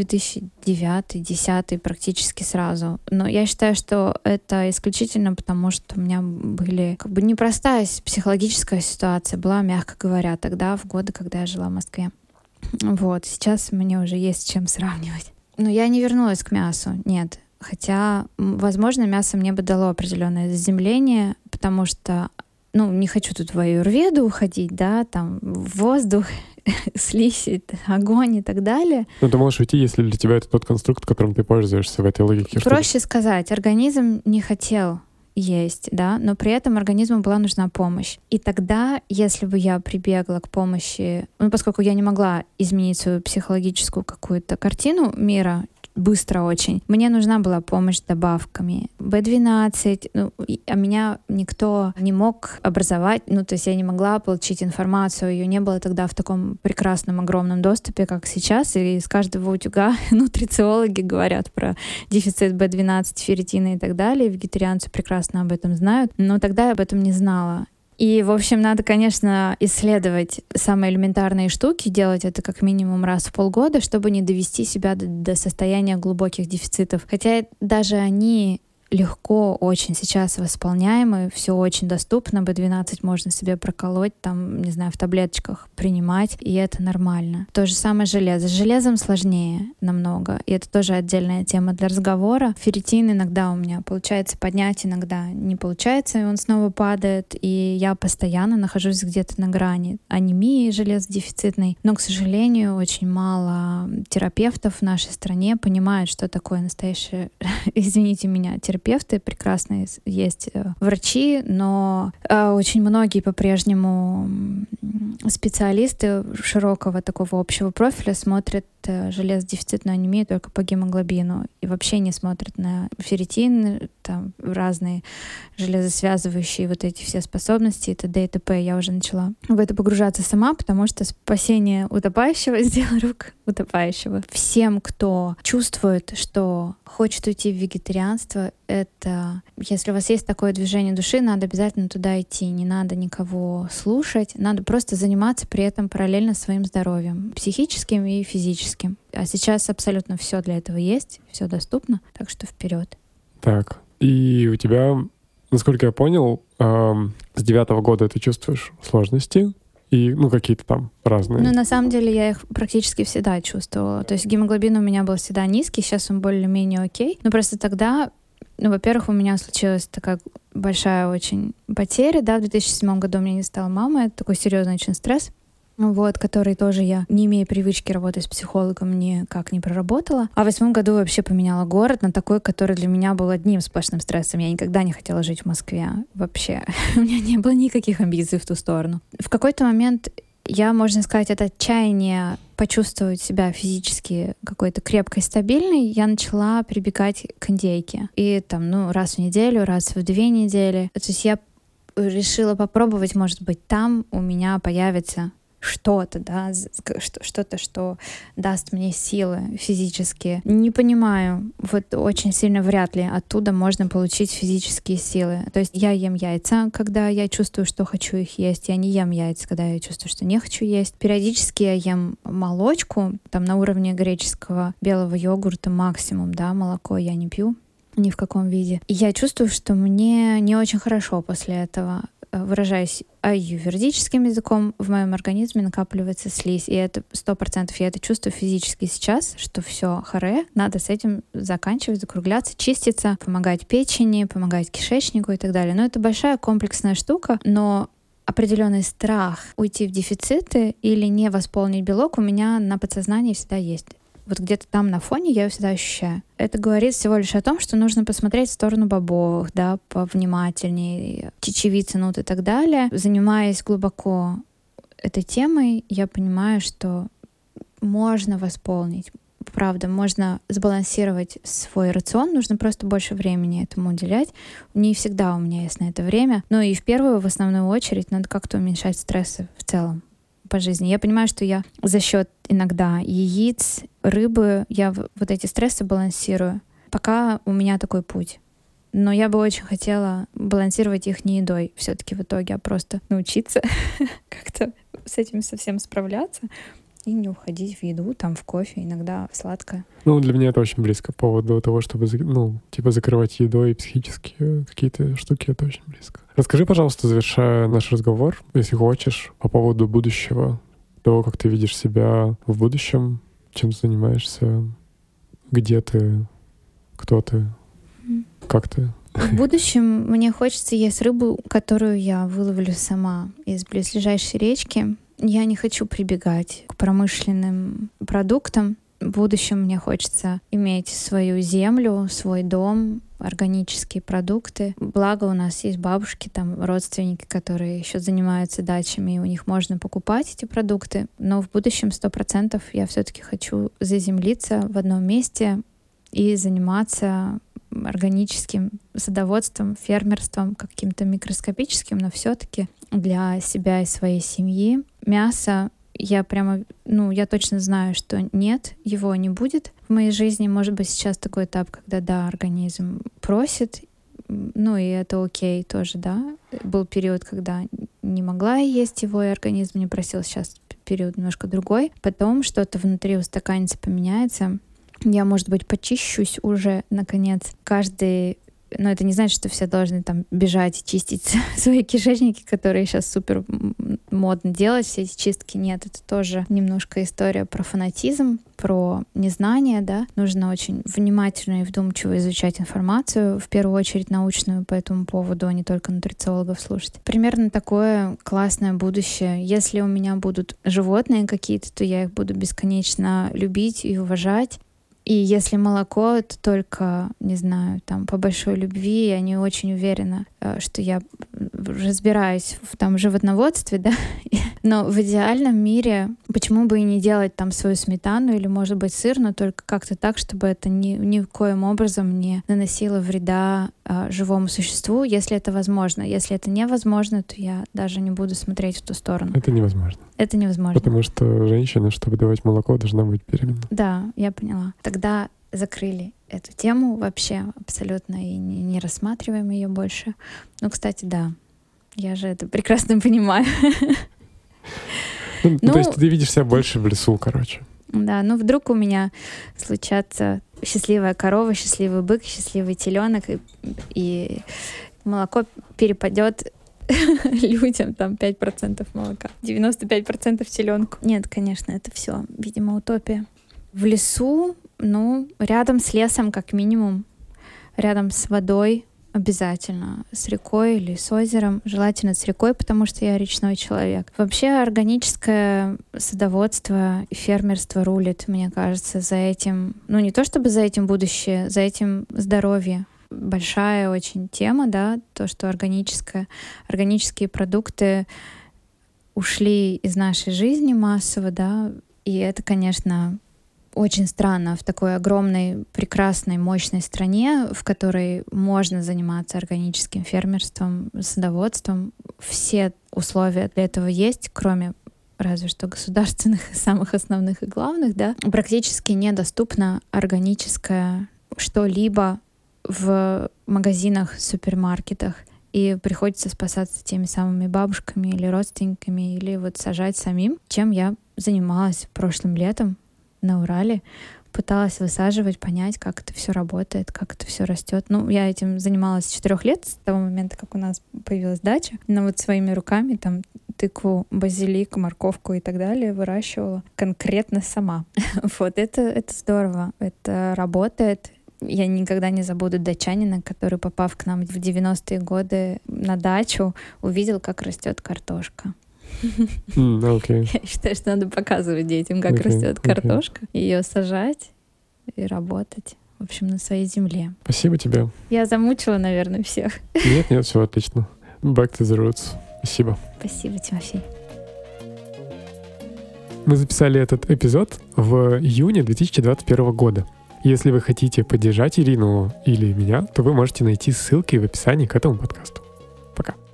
2009-2010 практически сразу. Но я считаю, что это исключительно потому, что у меня были как бы непростая психологическая ситуация, была, мягко говоря, тогда, в годы, когда я жила в Москве. Вот, сейчас мне уже есть с чем сравнивать. Но я не вернулась к мясу, нет. Хотя, возможно, мясо мне бы дало определенное заземление, потому что, не хочу тут в аюрведу уходить, да, там воздух, слизь, огонь и так далее. Ну, ты можешь уйти, если для тебя это тот конструкт, которым ты пользуешься в этой логике. Проще сказать, организм не хотел есть, да, но при этом организму была нужна помощь. И тогда, если бы я прибегла к помощи, поскольку я не могла изменить свою психологическую какую-то картину мира быстро очень, мне нужна была помощь с добавками. B12, а меня никто не мог образовать, то есть я не могла получить информацию, ее не было тогда в таком прекрасном, огромном доступе, как сейчас, и из каждого утюга нутрициологи говорят про дефицит B12, ферритина и так далее, вегетарианцы прекрасно об этом знают, но тогда я об этом не знала. И, в общем, надо, конечно, исследовать самые элементарные штуки, делать это как минимум раз в полгода, чтобы не довести себя до состояния глубоких дефицитов. Хотя даже они легко очень сейчас восполняемы, все очень доступно, B12 можно себе проколоть, там, не знаю, в таблеточках принимать, и это нормально. То же самое железо. С железом сложнее намного, и это тоже отдельная тема для разговора. Ферритин иногда у меня получается поднять, иногда не получается, и он снова падает, и я постоянно нахожусь где-то на грани анемии железодефицитной, но, к сожалению, очень мало терапевтов в нашей стране понимают, что такое настоящее, извините меня, терапевты прекрасные есть врачи, но очень многие по-прежнему специалисты широкого такого общего профиля смотрят железодефицитную анемию только по гемоглобину и вообще не смотрят на ферритин, там разные железосвязывающие вот эти все способности и т.д. и т.п. Я уже начала в это погружаться сама, потому что спасение утопающего — дело рук утопающего. Всем, кто чувствует, что хочет уйти в вегетарианство, это, если у вас есть такое движение души, надо обязательно туда идти, не надо никого слушать, надо просто заниматься при этом параллельно своим здоровьем, психическим и физическим. А сейчас абсолютно все для этого есть, все доступно, так что вперед. Так, и у тебя, насколько я понял, с 9-го года ты чувствуешь сложности, и, какие-то там разные. На самом деле я их практически всегда чувствовала. То есть гемоглобин у меня был всегда низкий, сейчас он более-менее окей. Но просто тогда, во-первых, у меня случилась такая большая очень потеря, да, в 2007 году у меня не стала мама, это такой серьезный очень стресс, который тоже я, не имея привычки работать с психологом, никак не проработала. А в 2008 году вообще поменяла город на такой, который для меня был одним сплошным стрессом. Я никогда не хотела жить в Москве. Вообще. У меня не было никаких амбиций в ту сторону. В какой-то момент я, можно сказать, от отчаяния почувствовать себя физически какой-то крепкой, стабильной, я начала прибегать к индейке. И там, раз в неделю, раз в 2 недели. То есть я решила попробовать, может быть, там у меня появится что-то, да, что-то, что даст мне силы физические. Не понимаю, очень сильно вряд ли оттуда можно получить физические силы. То есть я ем яйца, когда я чувствую, что хочу их есть. Я не ем яйца, когда я чувствую, что не хочу есть. Периодически я ем молочку, там на уровне греческого белого йогурта максимум, да, молоко я не пью ни в каком виде. И я чувствую, что мне не очень хорошо после этого. Выражаясь аюрведическим языком, в моем организме накапливается слизь. И это 100% я это чувствую физически сейчас, что все харе, надо с этим заканчивать, закругляться, чиститься, помогать печени, помогать кишечнику и так далее. Но это большая комплексная штука, но определенный страх уйти в дефициты или не восполнить белок у меня на подсознании всегда есть. Где-то там на фоне я его всегда ощущаю. Это говорит всего лишь о том, что нужно посмотреть в сторону бобовых, да, повнимательнее, чечевицы, и так далее. Занимаясь глубоко этой темой, я понимаю, что можно восполнить. Правда, можно сбалансировать свой рацион, нужно просто больше времени этому уделять. Не всегда у меня есть на это время. Но и в основную очередь, надо как-то уменьшать стрессы в целом по жизни. Я понимаю, что я за счет иногда яиц, рыбы, я эти стрессы балансирую. Пока у меня такой путь. Но я бы очень хотела балансировать их не едой все-таки в итоге, а просто научиться как-то с этим совсем справляться и не уходить в еду, там, в кофе, иногда в сладкое. Для меня это очень близко по поводу того, чтобы, закрывать едой и психические какие-то штуки, это очень близко. Расскажи, пожалуйста, завершая наш разговор, если хочешь, по поводу будущего, того, как ты видишь себя в будущем, чем ты занимаешься, где ты Кто ты? Как ты? В будущем мне хочется есть рыбу, которую я выловлю сама из близлежащей речки. Я не хочу прибегать к промышленным продуктам. В будущем мне хочется иметь свою землю, свой дом, органические продукты. Благо у нас есть бабушки, там родственники, которые еще занимаются дачами, и у них можно покупать эти продукты. Но в будущем 100% я все-таки хочу заземлиться в одном месте и заниматься органическим садоводством, фермерством, каким-то микроскопическим, но все-таки для себя и своей семьи. Мясо я точно знаю, что нет, его не будет в моей жизни. Может быть, сейчас такой этап, когда, да, организм просит, и это окей тоже, да. Был период, когда не могла я есть его, и организм не просил. Сейчас период немножко другой. Потом что-то внутри устаканится, поменяется. Я, может быть, почищусь уже, наконец. Но это не значит, что все должны там бежать и чистить свои кишечники, которые сейчас супер модно делать, все эти чистки. Нет, это тоже немножко история про фанатизм, про незнание, да. Нужно очень внимательно и вдумчиво изучать информацию, в первую очередь научную по этому поводу, а не только нутрициологов слушать. Примерно такое классное будущее. Если у меня будут животные какие-то, то я их буду бесконечно любить и уважать. И если молоко, то только, не знаю, там по большой любви, я не очень уверена, что я разбираюсь в животноводстве, да. Но в идеальном мире почему бы и не делать там свою сметану или, может быть, сыр, но только как-то так, чтобы это ни в коем образом не наносило вреда живому существу, если это возможно. Если это невозможно, то я даже не буду смотреть в ту сторону. Это невозможно. Это невозможно. Потому что женщина, чтобы давать молоко, должна быть беременна. Да, я поняла. Тогда закрыли эту тему вообще абсолютно и не рассматриваем ее больше. Кстати, да, я же это прекрасно понимаю. То есть ты видишь себя больше в лесу, короче. Да, вдруг у меня случатся счастливая корова, счастливый бык, счастливый теленок, и молоко перепадет людям, там 5% молока, 95% теленку. Нет, конечно, это все, видимо, утопия. В лесу, рядом с лесом, как минимум, рядом с водой обязательно, с рекой или с озером, желательно с рекой, потому что я речной человек. Вообще органическое садоводство и фермерство рулит, мне кажется, за этим, не то чтобы за этим будущее, за этим здоровье. Большая очень тема, да, то, что органические продукты ушли из нашей жизни массово, да, и это, конечно, очень странно в такой огромной, прекрасной, мощной стране, в которой можно заниматься органическим фермерством, садоводством. Все условия для этого есть, кроме разве что государственных, самых основных и главных, да. Практически недоступно органическое что-либо в магазинах, супермаркетах. И приходится спасаться теми самыми бабушками или родственниками, или сажать самим, чем я занималась прошлым летом на Урале, пыталась высаживать, понять, как это все работает, как это все растет. Я этим занималась с 4 лет, с того момента, как у нас появилась дача. Но своими руками там тыкву, базилик, морковку и так далее выращивала конкретно сама. Это здорово, это работает. Я никогда не забуду дачанина, который, попав к нам в 90-е годы на дачу, увидел, как растет картошка. Okay. Я считаю, что надо показывать детям, как растет картошка, ее сажать и работать, в общем, на своей земле. Спасибо тебе. Я замучила, наверное, всех. Нет, все отлично. Back to the roots. Спасибо. Спасибо, Тимофей. Мы записали этот эпизод в июне 2021 года. Если вы хотите поддержать Ирину или меня, то вы можете найти ссылки в описании к этому подкасту. Пока.